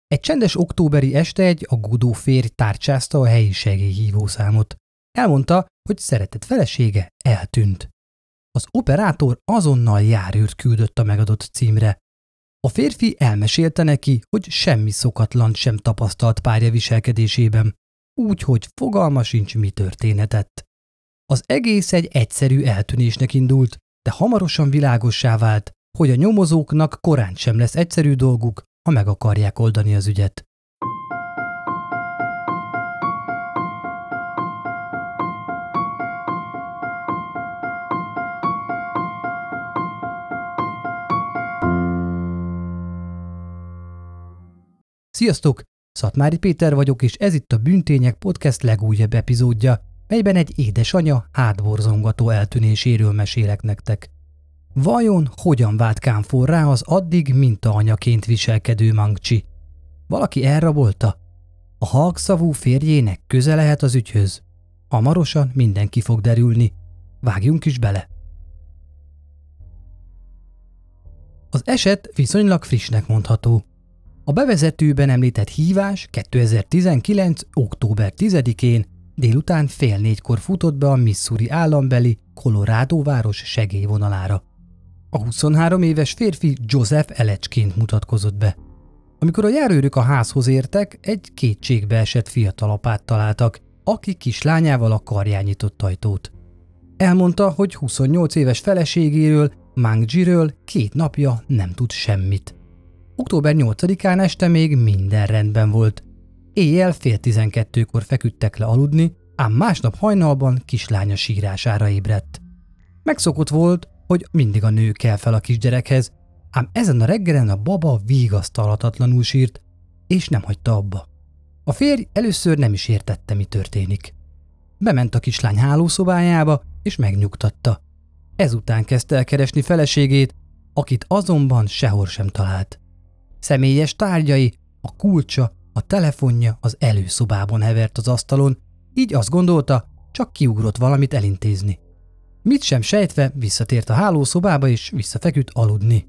Egy csendes októberi este egy aggódó férj tárcsázta a helyi segélyhívószámot. Elmondta, hogy szeretett felesége eltűnt. Az operátor azonnal járőrt küldött a megadott címre. A férfi elmesélte neki, hogy semmi szokatlant sem tapasztalt párja viselkedésében, úgyhogy fogalma sincs, mi történhetett. Az egész egy egyszerű eltűnésnek indult, de hamarosan világossá vált, hogy a nyomozóknak korán sem lesz egyszerű dolguk, ha meg akarják oldani az ügyet. Sziasztok! Szatmári Péter vagyok, és ez itt a Bűntények Podcast legújabb epizódja, melyben egy édesanya hátborzongató eltűnéséről mesélek nektek. Vajon hogyan vált kámforrá az addig mintaanyaként viselkedő Mang-Chi? Valaki elrabolta? A halkszavú férjének köze lehet az ügyhöz? Hamarosan minden ki fog derülni. Vágjunk is bele! Az eset viszonylag frissnek mondható. A bevezetőben említett hívás 2019. október 10-én délután 3:30 futott be a Missouri állambeli Colorado város segélyvonalára. A 23 éves férfi Joseph Aletchként mutatkozott be. Amikor a járőrök a házhoz értek, egy kétségbeesett fiatalapát találtak, aki kislányával a karján nyitott ajtót. Elmondta, hogy 28 éves feleségéről, Mang-Chiről 2 napja nem tud semmit. Október 8-án este még minden rendben volt. Éjjel 11:30-kor feküdtek le aludni, ám másnap hajnalban kislánya sírására ébredt. Megszokott volt, hogy mindig a nő kell fel a kisgyerekhez, ám ezen a reggelen a baba vigasztalhatatlanul sírt, és nem hagyta abba. A férj először nem is értette, mi történik. Bement a kislány hálószobájába, és megnyugtatta. Ezután kezdte el keresni feleségét, akit azonban sehol sem talált. Személyes tárgyai, a kulcsa, a telefonja az előszobában hevert az asztalon, így azt gondolta, csak kiugrott valamit elintézni. Mit sem sejtve visszatért a hálószobába és visszafeküdt aludni.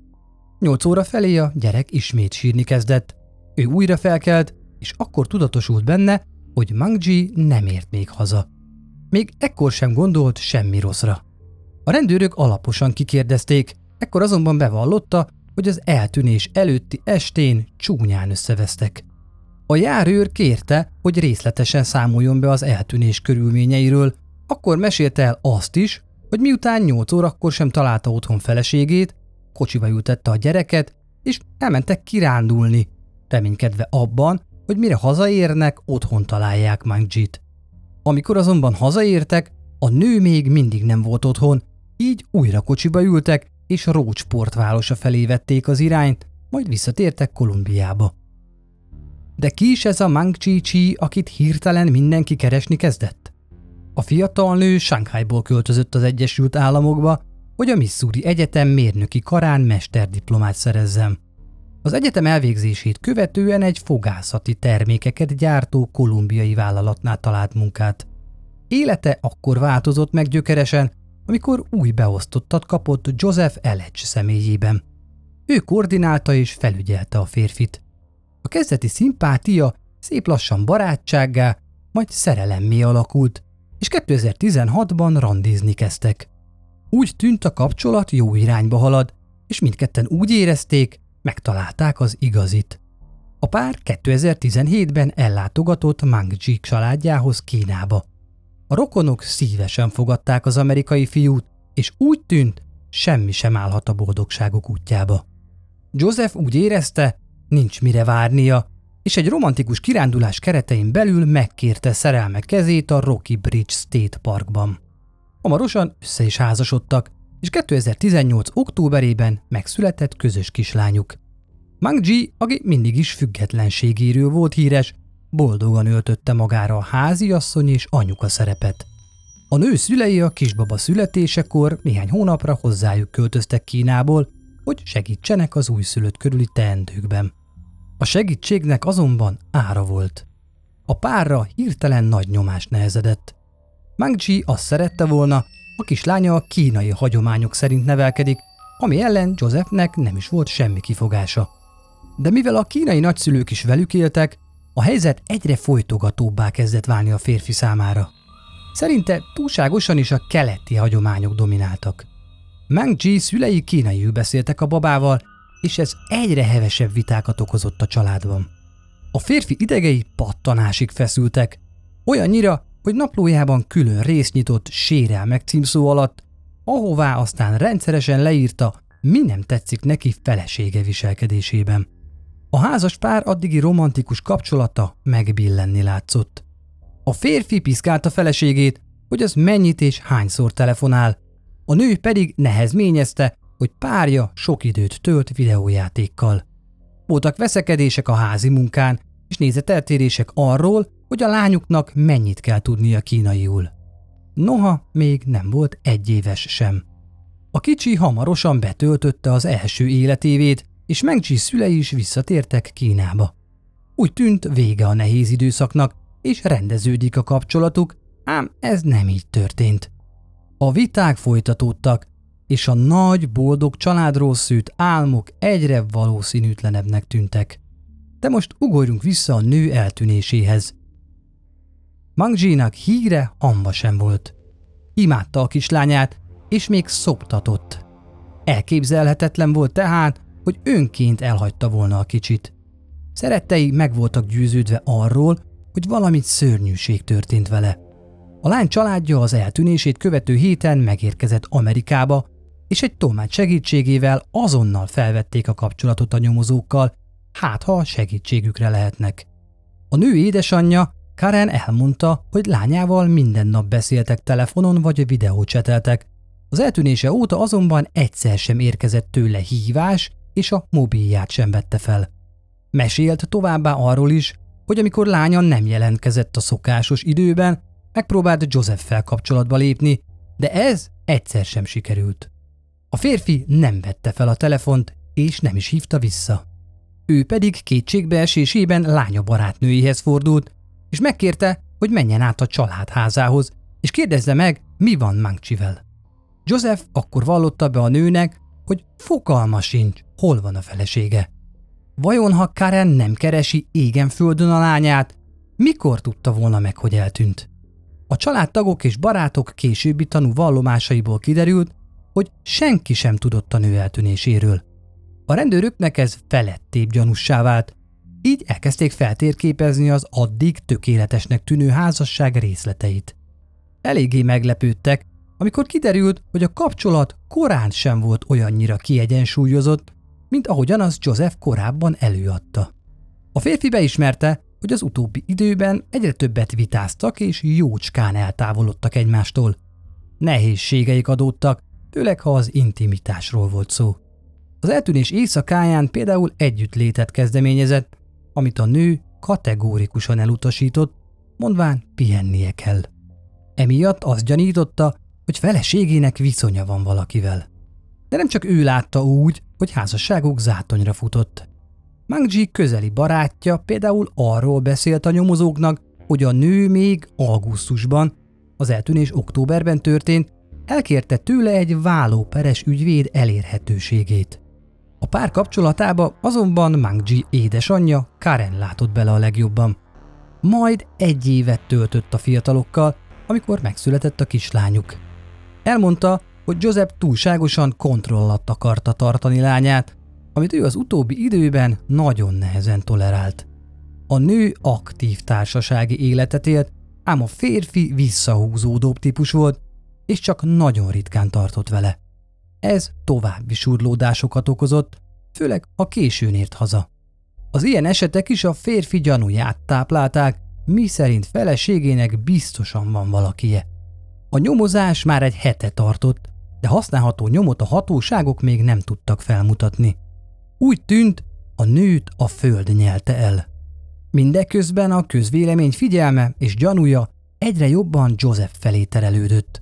8 óra felé a gyerek ismét sírni kezdett. Ő újra felkelt, és akkor tudatosult benne, hogy Mang-Chi nem ért még haza. Még ekkor sem gondolt semmi rosszra. A rendőrök alaposan kikérdezték, ekkor azonban bevallotta, hogy az eltűnés előtti estén csúnyán összevesztek. A járőr kérte, hogy részletesen számoljon be az eltűnés körülményeiről, akkor mesélte el azt is, hogy miután 8 órakor sem találta otthon feleségét, kocsiba ültette a gyereket, és elmentek kirándulni, reménykedve abban, hogy mire hazaérnek, otthon találják Mang-Chit. Amikor azonban hazaértek, a nő még mindig nem volt otthon, így újra kocsiba ültek, és Roach városa felé vették az irányt, majd visszatértek Kolumbiába. De ki is ez a Mang-Chi, akit hirtelen mindenki keresni kezdett? A fiatal nő Shanghaiból költözött az Egyesült Államokba, hogy a Missouri Egyetem mérnöki karán mesterdiplomát szerezzen. Az egyetem elvégzését követően egy fogászati termékeket gyártó kolumbiai vállalatnál talált munkát. Élete akkor változott meg gyökeresen, amikor új beosztottat kapott Joseph Aletch személyében. Ő koordinálta és felügyelte a férfit. A kezdeti szimpátia szép lassan barátsággá, majd szerelemmé alakult, és 2016-ban randizni kezdtek. Úgy tűnt, a kapcsolat jó irányba halad, és mindketten úgy érezték, megtalálták az igazit. A pár 2017-ben ellátogatott Mang-Chi családjához Kínába. A rokonok szívesen fogadták az amerikai fiút, és úgy tűnt, semmi sem állhat a boldogságok útjába. Joseph úgy érezte, nincs mire várnia, és egy romantikus kirándulás keretein belül megkérte szerelme kezét a Rocky Bridge State Parkban. Hamarosan össze is házasodtak, és 2018. októberében megszületett közös kislányuk. Mang-Chi, aki mindig is függetlenségéről volt híres, boldogan öltötte magára a háziasszony és anyuka szerepet. A nő szülei a kisbaba születésekor néhány hónapra hozzájuk költöztek Kínából, hogy segítsenek az újszülött körüli teendőkben. A segítségnek azonban ára volt. A párra hirtelen nagy nyomás nehezedett. Mang-Chi azt szerette volna, a kislánya a kínai hagyományok szerint nevelkedik, ami ellen Josephnek nem is volt semmi kifogása. De mivel a kínai nagyszülők is velük éltek, a helyzet egyre folytogatóbbá kezdett válni a férfi számára. Szerinte túlságosan is a keleti hagyományok domináltak. Mang Ji szülei kínaiul beszéltek a babával, és ez egyre hevesebb vitákat okozott a családban. A férfi idegei pattanásig feszültek, olyannyira, hogy naplójában külön részt nyitott sérelmek címszó alatt, ahová aztán rendszeresen leírta, mi nem tetszik neki felesége viselkedésében. A házas pár addigi romantikus kapcsolata megbillenni látszott. A férfi piszkálta feleségét, hogy az mennyit és hányszor telefonál, a nő pedig nehezményezte, hogy párja sok időt tölt videójátékkal. Voltak veszekedések a házi munkán, és nézeteltérések arról, hogy a lányuknak mennyit kell tudnia kínaiul. Noha még nem volt 1 éves sem. A kicsi hamarosan betöltötte az első életévét, és Mang Ji szülei is visszatértek Kínába. Úgy tűnt, vége a nehéz időszaknak, és rendeződik a kapcsolatuk, ám ez nem így történt. A viták folytatódtak, és a nagy, boldog családról szült álmok egyre valószínűtlenebbnek tűntek. De most ugorjunk vissza a nő eltűnéséhez. Mang Ji-nak híre hamba sem volt. Imádta a kislányát, és még szoptatott. Elképzelhetetlen volt tehát, hogy önként elhagyta volna a kicsit. Szerettei meg voltak győződve arról, hogy valami szörnyűség történt vele. A lány családja az eltűnését követő héten megérkezett Amerikába, és egy tolmács segítségével azonnal felvették a kapcsolatot a nyomozókkal, hát ha segítségükre lehetnek. A nő édesanyja, Karen elmondta, hogy lányával minden nap beszéltek telefonon vagy videócseteltek. Az eltűnése óta azonban egyszer sem érkezett tőle hívás, és a mobilját sem vette fel. Mesélt továbbá arról is, hogy amikor lánya nem jelentkezett a szokásos időben, megpróbált Joseph-fel kapcsolatba lépni, de ez egyszer sem sikerült. A férfi nem vette fel a telefont, és nem is hívta vissza. Ő pedig kétségbeesésében lánya barátnőjéhez fordult, és megkérte, hogy menjen át a családházához, és kérdezze meg, mi van Mang Ji-vel. Joseph akkor vallotta be a nőnek, hogy fogalma sincs, hol van a felesége. Vajon ha Karen nem keresi égen-földön a lányát, mikor tudta volna meg, hogy eltűnt? A családtagok és barátok későbbi tanú vallomásaiból kiderült, hogy senki sem tudott a nő eltűnéséről. A rendőröknek ez felettébb gyanussá vált, így elkezdték feltérképezni az addig tökéletesnek tűnő házasság részleteit. Eléggé meglepődtek, amikor kiderült, hogy a kapcsolat korán sem volt olyannyira kiegyensúlyozott, mint ahogyan az Joseph korábban előadta. A férfi beismerte, hogy az utóbbi időben egyre többet vitáztak és jócskán eltávolodtak egymástól. Nehézségeik adódtak, főleg ha az intimitásról volt szó. Az eltűnés éjszakáján például együttlétet kezdeményezett, amit a nő kategórikusan elutasított, mondván pihennie kell. Emiatt azt gyanította, hogy feleségének viszonya van valakivel. De nem csak ő látta úgy, hogy házasságuk zátonyra futott. Mang Ji közeli barátja például arról beszélt a nyomozóknak, hogy a nő még augusztusban, az eltűnés októberben történt, elkérte tőle egy vállóperes ügyvéd elérhetőségét. A pár kapcsolatába azonban Mang Ji édesanyja Karen látott bele a legjobban. Majd 1 évet töltött a fiatalokkal, amikor megszületett a kislányuk. Elmondta, hogy Joseph túlságosan kontroll alatt akarta tartani lányát, amit ő az utóbbi időben nagyon nehezen tolerált. A nő aktív társasági életet élt, ám a férfi visszahúzódóbb típus volt, és csak nagyon ritkán tartott vele. Ez további surlódásokat okozott, főleg ha későn ért haza. Az ilyen esetek is a férfi gyanúját táplálták, miszerint feleségének biztosan van valakie. A nyomozás már 1 hete tartott, de használható nyomot a hatóságok még nem tudtak felmutatni. Úgy tűnt, a nőt a föld nyelte el. Mindeközben a közvélemény figyelme és gyanúja egyre jobban Joseph felé terelődött.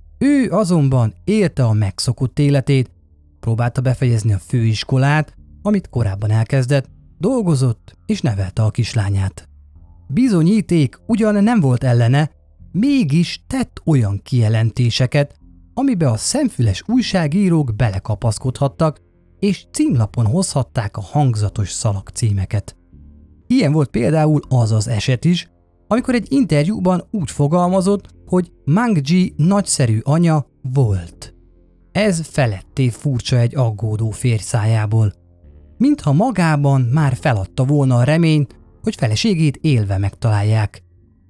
Ő azonban élte a megszokott életét, próbálta befejezni a főiskolát, amit korábban elkezdett, dolgozott és nevelte a kislányát. Bizonyíték ugyan nem volt ellene, mégis tett olyan kijelentéseket, amibe a szemfüles újságírók belekapaszkodhattak, és címlapon hozhatták a hangzatos szalagcímeket. Ilyen volt például az az eset is, amikor egy interjúban úgy fogalmazott, hogy Mang Ji nagyszerű anya volt. Ez feletté furcsa egy aggódó férj szájából. Mintha magában már feladta volna a reményt, hogy feleségét élve megtalálják.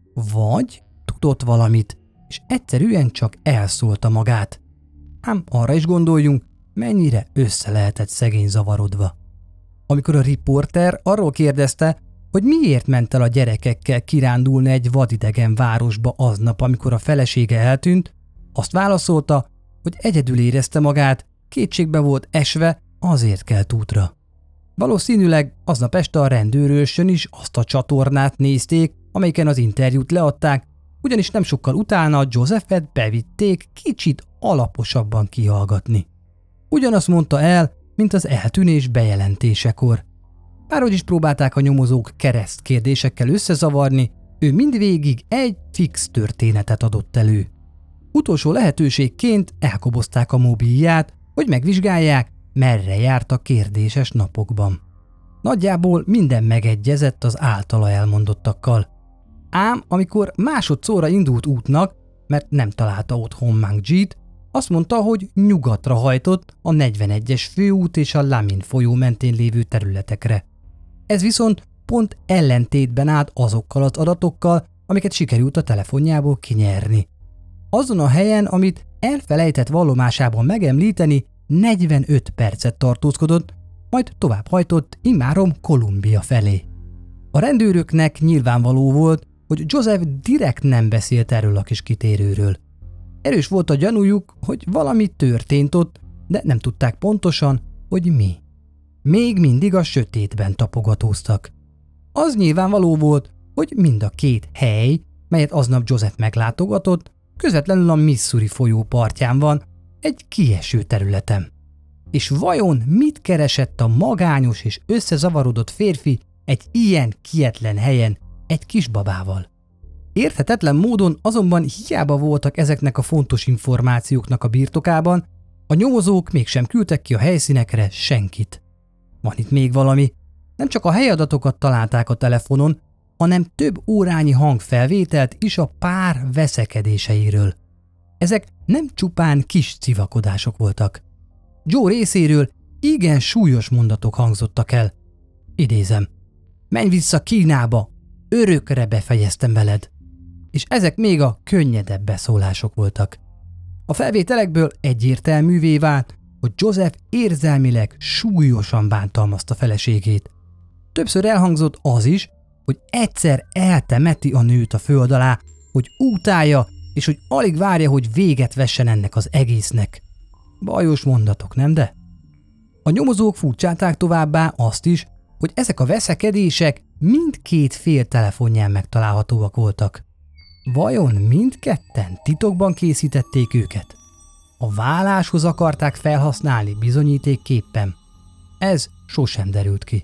Vagy tudott valamit, és egyszerűen csak elszólta magát. Ám arra is gondoljunk, mennyire össze lehetett szegény zavarodva. Amikor a riporter arról kérdezte, hogy miért ment el a gyerekekkel kirándulni egy vadidegen városba aznap, amikor a felesége eltűnt, azt válaszolta, hogy egyedül érezte magát, kétségbe volt esve, azért kelt útra. Valószínűleg aznap este a rendőrőrsön is azt a csatornát nézték, amelyiken az interjút leadták, ugyanis nem sokkal utána Josephet bevitték kicsit alaposabban kihallgatni. Ugyanazt mondta el, mint az eltűnés bejelentésekor. Bárhogy is próbálták a nyomozók kereszt kérdésekkel összezavarni, ő mindvégig egy fix történetet adott elő. Utolsó lehetőségként elkobozták a mobilját, hogy megvizsgálják, merre járt a kérdéses napokban. Nagyjából minden megegyezett az általa elmondottakkal. Ám amikor másodszorra indult útnak, mert nem találta otthon Mang Jit, azt mondta, hogy nyugatra hajtott a 41-es főút és a Lamin folyó mentén lévő területekre. Ez viszont pont ellentétben állt azokkal az adatokkal, amiket sikerült a telefonjából kinyerni. Azon a helyen, amit elfelejtett vallomásában megemlíteni, 45 percet tartózkodott, majd továbbhajtott immáron Kolumbia felé. A rendőröknek nyilvánvaló volt, hogy Joseph direkt nem beszélt erről a kis kitérőről. Erős volt a gyanújuk, hogy valami történt ott, de nem tudták pontosan, hogy mi. Még mindig a sötétben tapogatóztak. Az nyilvánvaló volt, hogy mind a két hely, melyet aznap Joseph meglátogatott, közvetlenül a Missouri folyó partján van, egy kieső területen. És vajon mit keresett a magányos és összezavarodott férfi egy ilyen kietlen helyen egy kisbabával? Érthetetlen módon azonban hiába voltak ezeknek a fontos információknak a birtokában, a nyomozók mégsem küldtek ki a helyszínekre senkit. Van itt még valami, nem csak a helyadatokat találták a telefonon, hanem több órányi hangfelvételt is a pár veszekedéseiről. Ezek nem csupán kis civakodások voltak. Joe részéről igen súlyos mondatok hangzottak el. Idézem: menj vissza Kínába, örökre befejeztem veled. És ezek még a könnyedebb beszólások voltak. A felvételekből egyértelművé vált, hogy Joseph érzelmileg súlyosan bántalmazta feleségét. Többször elhangzott az is, hogy egyszer eltemeti a nőt a föld alá, hogy utálja, és hogy alig várja, hogy véget vessen ennek az egésznek. Bajos mondatok, nem de? A nyomozók furcsálták továbbá azt is, hogy ezek a veszekedések mindkét fél telefonján megtalálhatóak voltak. Vajon mindketten titokban készítették őket? A váláshoz akarták felhasználni bizonyítékképpen? Ez sosem derült ki.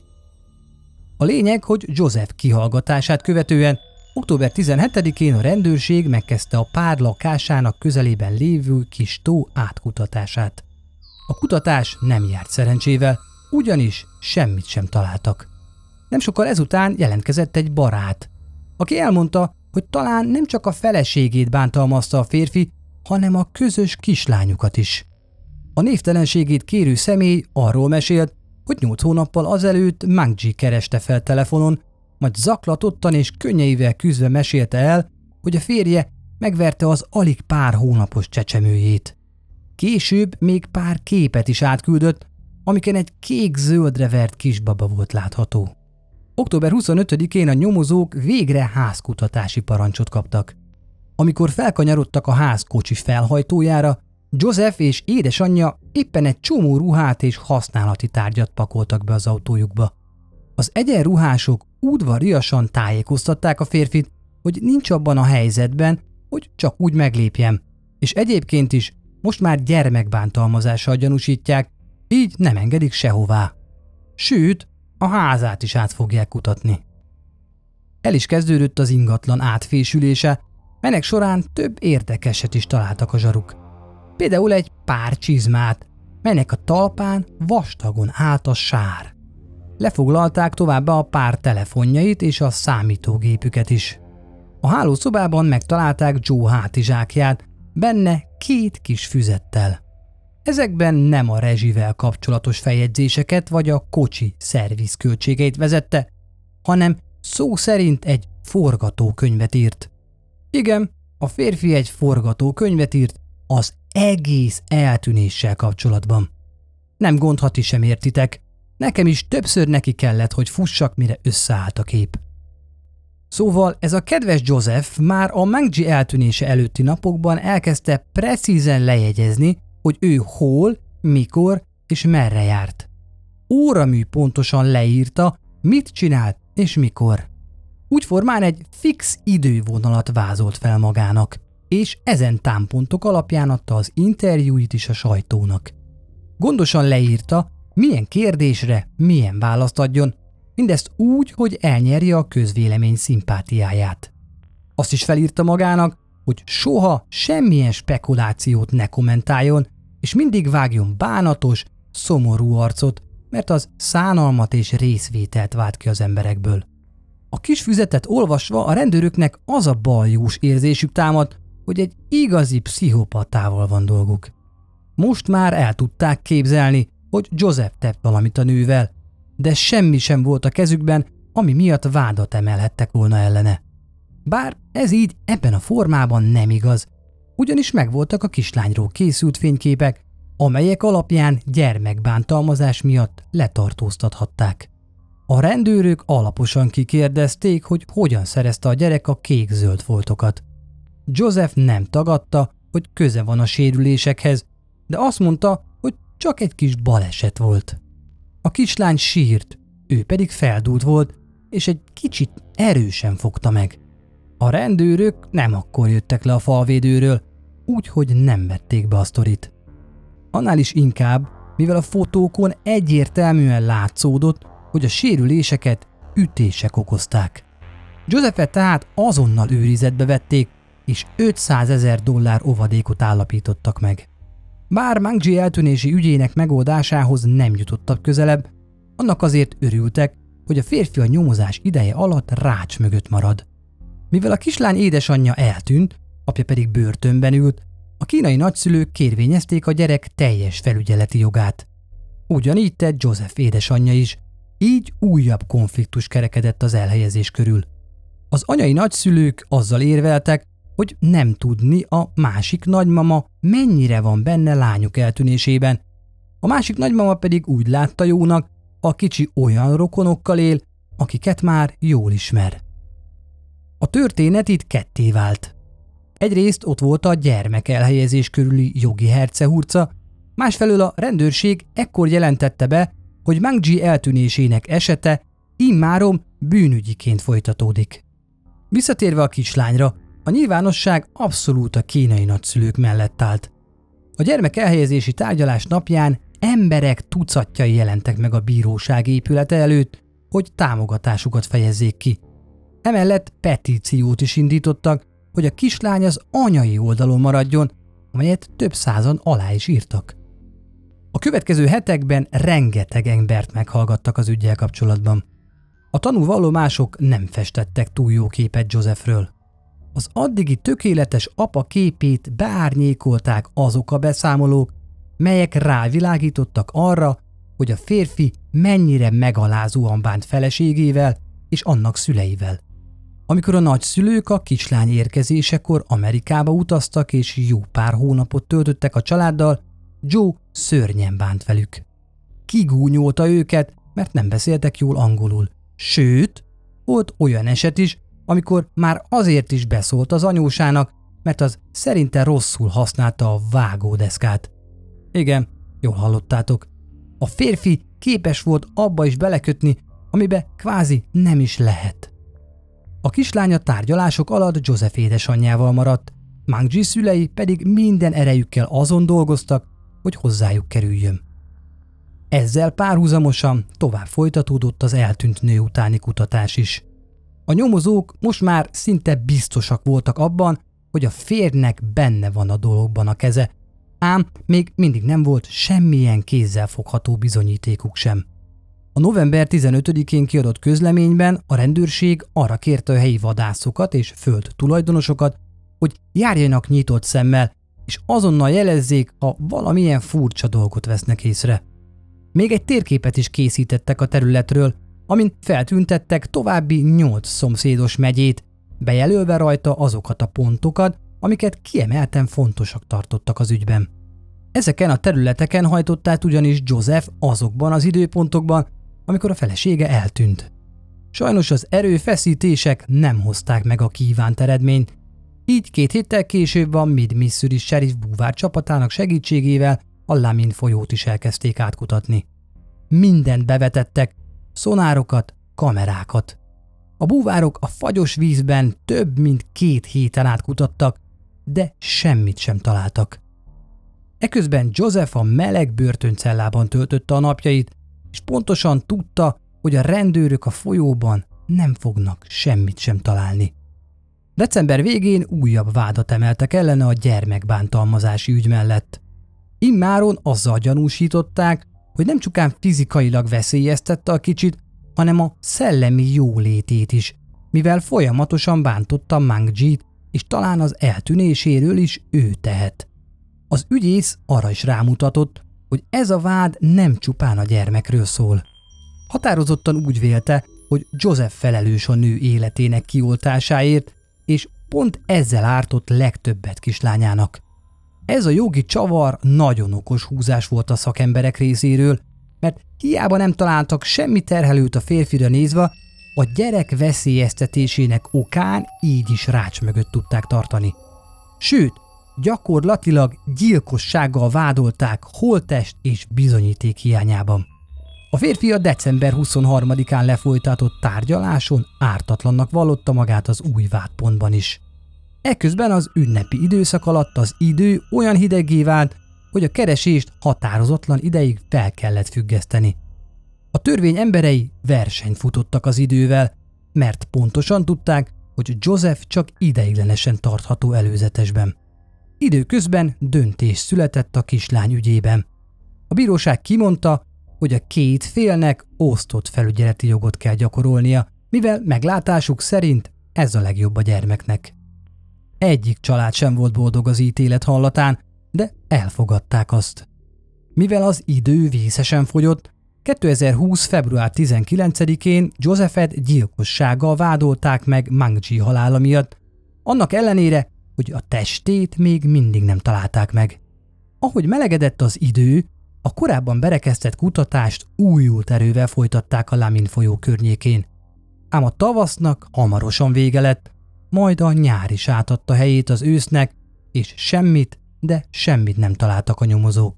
A lényeg, hogy Joseph kihallgatását követően október 17-én a rendőrség megkezdte a pár lakásának közelében lévő kis tó átkutatását. A kutatás nem járt szerencsével, ugyanis semmit sem találtak. Nem sokkal ezután jelentkezett egy barát, aki elmondta, hogy talán nem csak a feleségét bántalmazta a férfi, hanem a közös kislányukat is. A névtelenségét kérő személy arról mesélt, hogy 8 hónappal azelőtt Mang Ji kereste fel telefonon, majd zaklatottan és könnyeivel küzdve mesélte el, hogy a férje megverte az alig pár hónapos csecsemőjét. Később még pár képet is átküldött, amiken egy kék-zöldre vert kisbaba volt látható. Október 25-én a nyomozók végre házkutatási parancsot kaptak. Amikor felkanyarodtak a ház kocsi felhajtójára, Joseph és édesanyja éppen egy csomó ruhát és használati tárgyat pakoltak be az autójukba. Az egyenruhások udvariasan tájékoztatták a férfit, hogy nincs abban a helyzetben, hogy csak úgy meglépjen, és egyébként is most már gyermekbántalmazással gyanúsítják, így nem engedik sehová. Sőt, a házát is át fogják kutatni. El is kezdődött az ingatlan átfésülése, melynek során több érdekeset is találtak a zsaruk. Például egy pár csizmát, melynek a talpán vastagon állt a sár. Lefoglalták továbbá a pár telefonjait és a számítógépüket is. A hálószobában megtalálták Joe hátizsákját, benne 2 kis füzettel. Ezekben nem a rezsivel kapcsolatos feljegyzéseket vagy a kocsi szervizköltségeit vezette, hanem szó szerint egy forgatókönyvet írt. Igen, a férfi egy forgatókönyvet írt az egész eltűnéssel kapcsolatban. Nem gond, ha ti sem értitek, nekem is többször neki kellett, hogy fussak, mire összeállt a kép. Szóval ez a kedves Joseph már a Meng-Ji eltűnése előtti napokban elkezdte precízen lejegyezni, hogy ő hol, mikor és merre járt. Óramű pontosan leírta, mit csinált és mikor. Úgyformán egy fix idővonalat vázolt fel magának, és ezen támpontok alapján adta az interjúit is a sajtónak. Gondosan leírta, milyen kérdésre milyen választ adjon, mindezt úgy, hogy elnyerje a közvélemény szimpátiáját. Azt is felírta magának, hogy soha semmilyen spekulációt ne kommentáljon, és mindig vágjon bánatos, szomorú arcot, mert az szánalmat és részvételt vált ki az emberekből. A kis füzetet olvasva a rendőröknek az a baljós érzésük támad, hogy egy igazi pszichopatával van dolguk. Most már el tudták képzelni, hogy Joseph tett valamit a nővel, de semmi sem volt a kezükben, ami miatt vádat emelhettek volna ellene. Bár ez így ebben a formában nem igaz, ugyanis megvoltak a kislányról készült fényképek, amelyek alapján gyermekbántalmazás miatt letartóztathatták. A rendőrök alaposan kikérdezték, hogy hogyan szerezte a gyerek a kék-zöld foltokat. Joseph nem tagadta, hogy köze van a sérülésekhez, de azt mondta, hogy csak egy kis baleset volt. A kislány sírt, ő pedig feldúlt volt, és egy kicsit erősen fogta meg. A rendőrök nem akkor jöttek le a falvédőről, úgyhogy nem vették be a sztorit. Annál is inkább, mivel a fotókon egyértelműen látszódott, hogy a sérüléseket ütések okozták. Josephet tehát azonnal őrizetbe vették, és $500,000 óvadékot állapítottak meg. Bár Meng-Ji eltűnési ügyének megoldásához nem jutottak közelebb, annak azért örültek, hogy a férfi a nyomozás ideje alatt rács mögött marad. Mivel a kislány édesanyja eltűnt, apja pedig börtönben ült, a kínai nagyszülők kérvényezték a gyerek teljes felügyeleti jogát. Ugyanígy tett Joseph édesanyja is, így újabb konfliktus kerekedett az elhelyezés körül. Az anyai nagyszülők azzal érveltek, hogy nem tudni a másik nagymama mennyire van benne lányuk eltűnésében. A másik nagymama pedig úgy látta jónak, a kicsi olyan rokonokkal él, akiket már jól ismer. A történet itt ketté vált. Egyrészt ott volt a gyermek elhelyezés körüli jogi hercehurca, másfelől a rendőrség ekkor jelentette be, hogy Meng-Ji eltűnésének esete immáron bűnügyiként folytatódik. Visszatérve a kislányra, a nyilvánosság abszolút a kínai nagyszülők mellett állt. A gyermek elhelyezési tárgyalás napján emberek tucatjai jelentek meg a bíróság épülete előtt, hogy támogatásukat fejezzék ki. Emellett petíciót is indítottak, hogy a kislány az anyai oldalon maradjon, amelyet több százan alá is írtak. A következő hetekben rengeteg embert meghallgattak az üggyel kapcsolatban. A tanúvallomások nem festettek túl jó képet Josephről. Az addigi tökéletes apa képét beárnyékolták azok a beszámolók, melyek rávilágítottak arra, hogy a férfi mennyire megalázóan bánt feleségével és annak szüleivel. Amikor a nagyszülők a kislány érkezésekor Amerikába utaztak és jó pár hónapot töltöttek a családdal, Joe szörnyen bánt velük. Kigúnyolta őket, mert nem beszéltek jól angolul. Sőt, volt olyan eset is, amikor már azért is beszólt az anyósának, mert az szerinte rosszul használta a vágódeszkát. Igen, jól hallottátok. A férfi képes volt abba is belekötni, amibe kvázi nem is lehet. A kislány a tárgyalások alatt Joseph édesanyjával maradt, Meng-Ji szülei pedig minden erejükkel azon dolgoztak, hogy hozzájuk kerüljön. Ezzel párhuzamosan tovább folytatódott az eltűnt nő utáni kutatás is. A nyomozók most már szinte biztosak voltak abban, hogy a férjnek benne van a dologban a keze, ám még mindig nem volt semmilyen kézzelfogható bizonyítékuk sem. A november 15-én kiadott közleményben a rendőrség arra kérte a helyi vadászokat és föld tulajdonosokat, hogy járjanak nyitott szemmel, és azonnal jelezzék, ha valamilyen furcsa dolgot vesznek észre. Még egy térképet is készítettek a területről, amin feltüntettek további 8 szomszédos megyét, bejelölve rajta azokat a pontokat, amiket kiemelten fontosak tartottak az ügyben. Ezeken a területeken hajtott át ugyanis Joseph azokban az időpontokban, amikor a felesége eltűnt. Sajnos az erőfeszítések nem hozták meg a kívánt eredményt, így 2 héttel később a Mid-Missouri sheriff búvár csapatának segítségével a Lamin folyót is elkezdték átkutatni. Mindent bevetettek, szonárokat, kamerákat. A búvárok a fagyos vízben több mint 2 héten átkutattak, de semmit sem találtak. Eközben Joseph a meleg börtöncellában töltötte a napjait, és pontosan tudta, hogy a rendőrök a folyóban nem fognak semmit sem találni. December végén újabb vádat emeltek ellene a gyermekbántalmazási ügy mellett. Immáron azzal gyanúsították, hogy nem csupán fizikailag veszélyeztette a kicsit, hanem a szellemi jólétét is, mivel folyamatosan bántotta Mangjit, és talán az eltűnéséről is ő tehet. Az ügyész arra is rámutatott, hogy ez a vád nem csupán a gyermekről szól. Határozottan úgy vélte, hogy Joseph felelős a nő életének kioltásáért, és pont ezzel ártott legtöbbet kislányának. Ez a jogi csavar nagyon okos húzás volt a szakemberek részéről, mert hiába nem találtak semmi terhelőt a férfira nézve, a gyerek veszélyeztetésének okán így is rács mögött tudták tartani. Sőt, gyakorlatilag gyilkossággal vádolták holttest és bizonyíték hiányában. A férfi a december 23-án lefolytatott tárgyaláson ártatlannak vallotta magát az új vádpontban is. Eközben az ünnepi időszak alatt az idő olyan hideggé vált, hogy a keresést határozatlan ideig fel kellett függeszteni. A törvény emberei versenyt futottak az idővel, mert pontosan tudták, hogy Joseph csak ideiglenesen tartható előzetesben. Időközben döntés született a kislány ügyében. A bíróság kimondta, hogy a 2 félnek osztott felügyeleti jogot kell gyakorolnia, mivel meglátásuk szerint ez a legjobb a gyermeknek. Egyik család sem volt boldog az ítélet hallatán, de elfogadták azt. Mivel az idő vészesen fogyott, 2020. február 19-én Josephet gyilkossággal vádolták meg Mangji halála miatt, annak ellenére, hogy a testét még mindig nem találták meg. Ahogy melegedett az idő, a korábban berekeztett kutatást újult erővel folytatták a Lamin folyó környékén. Ám a tavasznak hamarosan vége lett, majd a nyár is átadta helyét az ősznek, és semmit, de semmit nem találtak a nyomozók.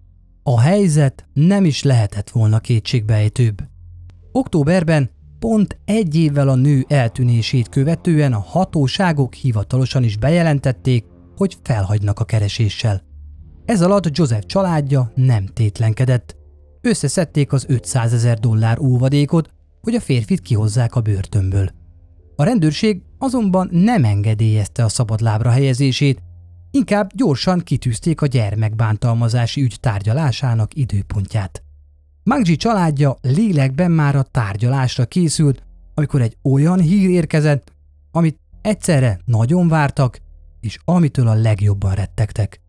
A helyzet nem is lehetett volna kétségbeejtőbb. Októberben, pont 1 évvel a nő eltűnését követően a hatóságok hivatalosan is bejelentették, hogy felhagynak a kereséssel. Ez alatt Joseph családja nem tétlenkedett. Összeszedték az $500,000 óvadékot, hogy a férfit kihozzák a börtönből. A rendőrség azonban nem engedélyezte a szabadlábra helyezését, inkább gyorsan kitűzték a gyermekbántalmazási ügy tárgyalásának időpontját. Mangji családja lélekben már a tárgyalásra készült, amikor egy olyan hír érkezett, amit egyszerre nagyon vártak, és amitől a legjobban rettegtek.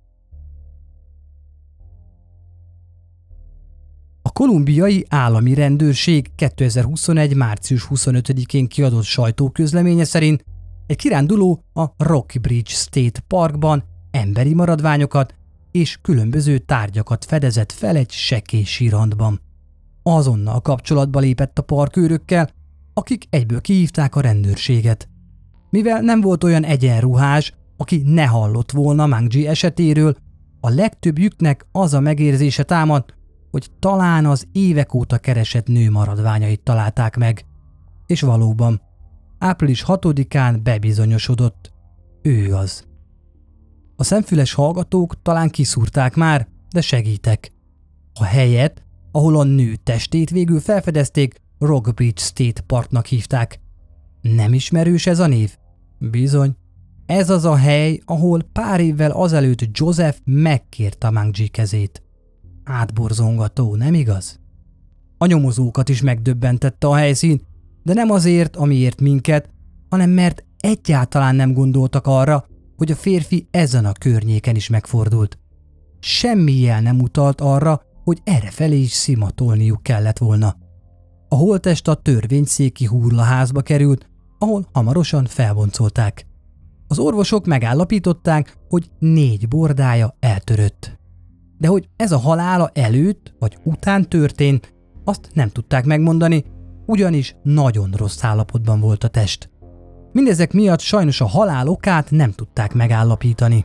A kolumbiai állami rendőrség 2021. március 25-én kiadott sajtóközleménye szerint egy kiránduló a Rocky Bridge State Parkban emberi maradványokat és különböző tárgyakat fedezett fel egy sekély sírandban. Azonnal kapcsolatba lépett a parkőrökkel, akik egyből kihívták a rendőrséget. Mivel nem volt olyan egyenruhás, aki ne hallott volna Mangji esetéről, a legtöbbjüknek az a megérzése támadt, hogy talán az évek óta keresett nő maradványait találták meg. És valóban, április 6-án bebizonyosodott, ő az. A szemfüles hallgatók talán kiszúrták már, de segítek. A helyet, ahol a nő testét végül felfedezték, Rockbridge State Parknak hívták. Nem ismerős ez a név? Bizony. ez az a hely, ahol pár évvel azelőtt Joseph megkérte Mang Ji kezét. Átborzongató, nem igaz? A nyomozókat is megdöbbentette a helyszín, de nem azért, amiért minket, hanem mert egyáltalán nem gondoltak arra, hogy a férfi ezen a környéken is megfordult. Semmi jel nem utalt arra, hogy errefelé is szimatolniuk kellett volna. A holttest a törvényszéki hurlaházba került, ahol hamarosan felboncolták. Az orvosok megállapították, hogy 4 bordája eltörött. De hogy ez a halála előtt vagy után történt, azt nem tudták megmondani, ugyanis nagyon rossz állapotban volt a test. Mindezek miatt sajnos a halál okát nem tudták megállapítani.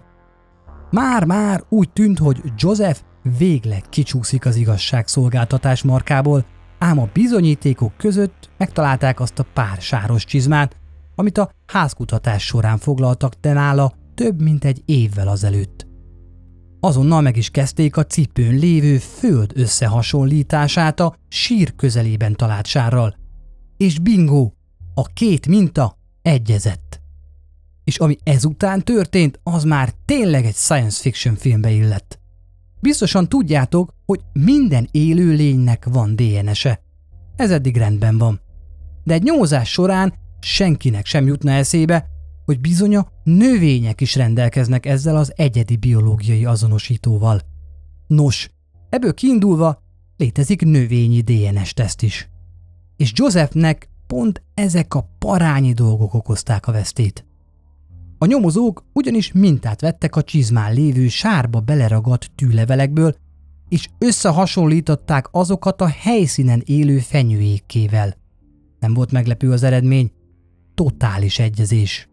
Már úgy tűnt, hogy Joseph végleg kicsúszik az igazságszolgáltatás markából, ám a bizonyítékok között megtalálták azt a pár sáros csizmát, amit a házkutatás során foglaltak te nála több mint egy évvel azelőtt. Azonnal meg is kezdték a cipőn lévő föld összehasonlítását a sír közelében talált sárral. És bingo! A 2 minta egyezett. És ami ezután történt, az már tényleg egy science fiction filmbe illett. Biztosan tudjátok, hogy minden élő lénynek van DNS-e. Ez eddig rendben van. De egy nyomozás során senkinek sem jutna eszébe, hogy bizony a növények is rendelkeznek ezzel az egyedi biológiai azonosítóval. Nos, ebből kiindulva létezik növényi DNS-teszt is. És Josephnek pont ezek a parányi dolgok okozták a vesztét. A nyomozók ugyanis mintát vettek a csizmán lévő sárba beleragadt tűlevelekből, és összehasonlították azokat a helyszínen élő fenyőjékkével. Nem volt meglepő az eredmény, totális egyezés.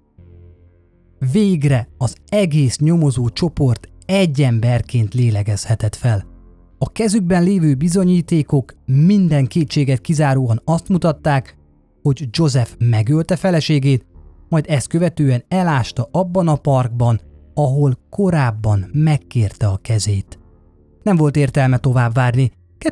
Végre az egész nyomozó csoport egy emberként lélegezhetett fel. A kezükben lévő bizonyítékok minden kétséget kizáróan azt mutatták, hogy Joseph megölte feleségét, majd ezt követően elásta abban a parkban, ahol korábban megkérte a kezét. Nem volt értelme tovább várni,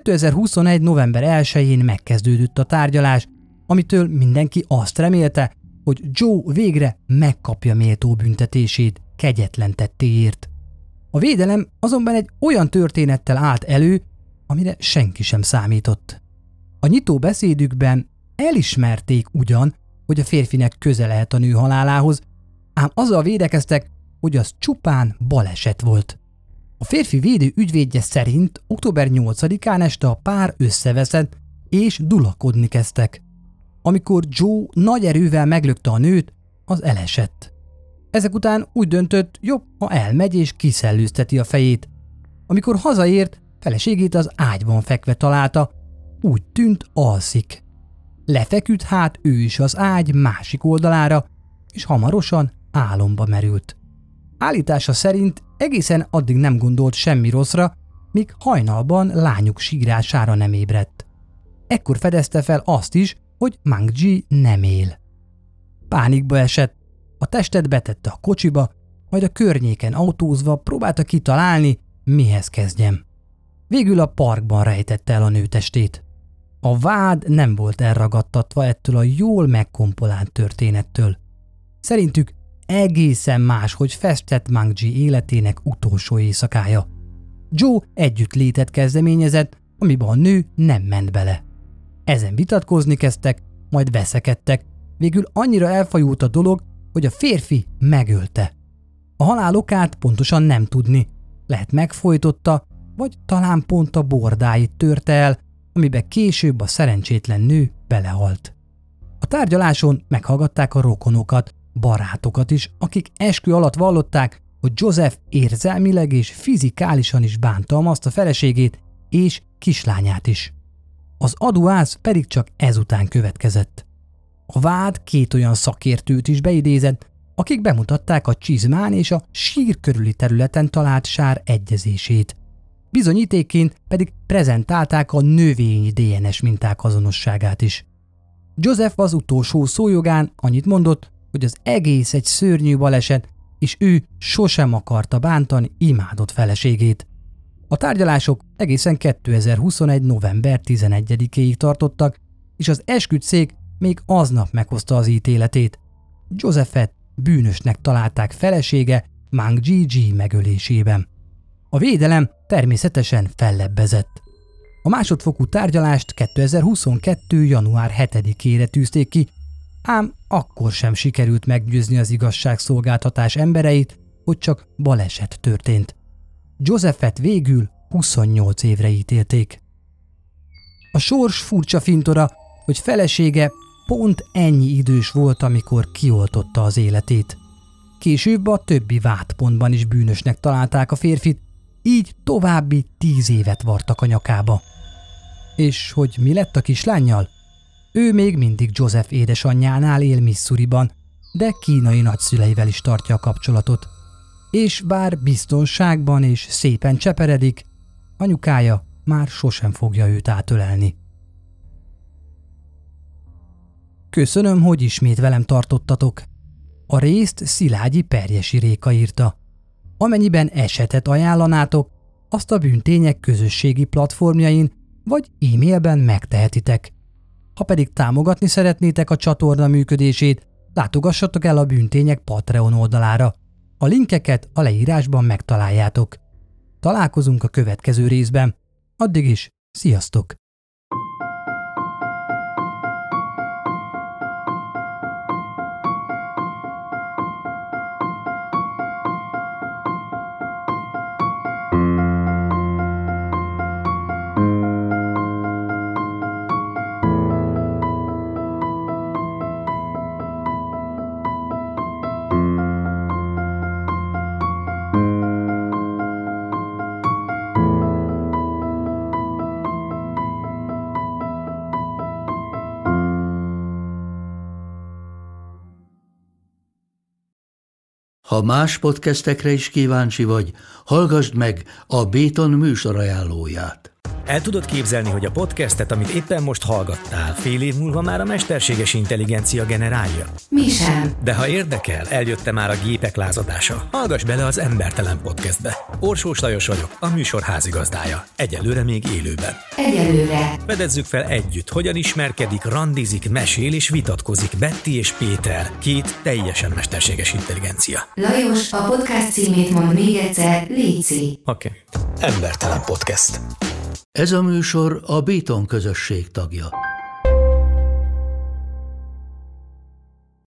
2021. november 1-én megkezdődött a tárgyalás, amitől mindenki azt remélte, hogy Joe végre megkapja méltó büntetését kegyetlen tettéért. A védelem azonban egy olyan történettel állt elő, amire senki sem számított. A nyitó beszédükben elismerték ugyan, hogy a férfinek köze lehet a nő halálához, ám azzal védekeztek, hogy az csupán baleset volt. A férfi védő ügyvédje szerint október 8-án este a pár összeveszett és dulakodni kezdtek. Amikor Joe nagy erővel meglökte a nőt, az elesett. Ezek után úgy döntött, jobb, ha elmegy és kiszellőzteti a fejét. Amikor hazaért, feleségét az ágyban fekve találta, úgy tűnt alszik. Lefeküdt hát ő is az ágy másik oldalára, és hamarosan álomba merült. Állítása szerint egészen addig nem gondolt semmi rosszra, míg hajnalban lányuk sírására nem ébredt. Ekkor fedezte fel azt is, hogy Mang Ji nem él. Pánikba esett, a testet betette a kocsiba, majd a környéken autózva próbálta kitalálni, mihez kezdjem. Végül a parkban rejtette el a nő testét. A vád nem volt elragadtatva ettől a jól megkompolált történettől. Szerintük egészen más, hogy festett Mang Ji életének utolsó éjszakája. Joe együttlétet kezdeményezett, amiben a nő nem ment bele. Ezen vitatkozni kezdtek, majd veszekedtek, végül annyira elfajult a dolog, hogy a férfi megölte. A halál okát pontosan nem tudni, lehet megfojtotta, vagy talán pont a bordáit törte el, amiben később a szerencsétlen nő belehalt. A tárgyaláson meghallgatták a rokonokat, barátokat is, akik eskü alatt vallották, hogy Joseph érzelmileg és fizikálisan is bántalmazta feleségét és kislányát is. Az adóász pedig csak ezután következett. A vád 2 olyan szakértőt is beidézett, akik bemutatták a csizmán és a sír körüli területen talált sár egyezését. Bizonyítékként pedig prezentálták a növényi DNS minták azonosságát is. Joseph az utolsó szójogán annyit mondott, hogy az egész egy szörnyű baleset, és ő sosem akarta bántani imádott feleségét. A tárgyalások egészen 2021. november 11-éig tartottak, és az esküdtszék még aznap meghozta az ítéletét. Josephet bűnösnek találták felesége Mang Ji megölésében. A védelem természetesen fellebbezett. A másodfokú tárgyalást 2022. január 7-ére tűzték ki, ám akkor sem sikerült meggyőzni az igazságszolgáltatás embereit, hogy csak baleset történt. Josephet végül 28 évre ítélték. A sors furcsa fintora, hogy felesége pont ennyi idős volt, amikor kioltotta az életét. Később a többi vádpontban is bűnösnek találták a férfit, így további 10 évet vartak a nyakába. És hogy mi lett a kislánnyal? Ő még mindig Joseph édesanyjánál él Missouriban, de kínai nagyszüleivel is tartja a kapcsolatot. És bár biztonságban és szépen cseperedik, anyukája már sosem fogja őt átölelni. Köszönöm, hogy ismét velem tartottatok. A részt Szilágyi Perjesi Réka írta. Amennyiben esetet ajánlanátok, azt a Bűntények közösségi platformjain vagy e-mailben megtehetitek. Ha pedig támogatni szeretnétek a csatorna működését, látogassatok el a Bűntények Patreon oldalára. A linkeket a leírásban megtaláljátok. Találkozunk a következő részben. Addig is, sziasztok! Ha más podcastekre is kíváncsi vagy, hallgassd meg a Béton műsor ajánlóját. El tudod képzelni, hogy a podcastet, amit éppen most hallgattál, fél év múlva már a mesterséges intelligencia generálja? Mi sem. De ha érdekel, eljött már a gépek lázadása. Hallgass bele az Embertelen Podcastbe. Orsós Lajos vagyok, a műsor házigazdája. Egyelőre még élőben. Egyelőre. Fedezzük fel együtt, hogyan ismerkedik, randizik, mesél és vitatkozik Betty és Péter, két teljesen mesterséges intelligencia. Lajos, a podcast címét mondd még egyszer, léci. Oké. Embertelen Podcast. Ez a műsor a Béton közösség tagja.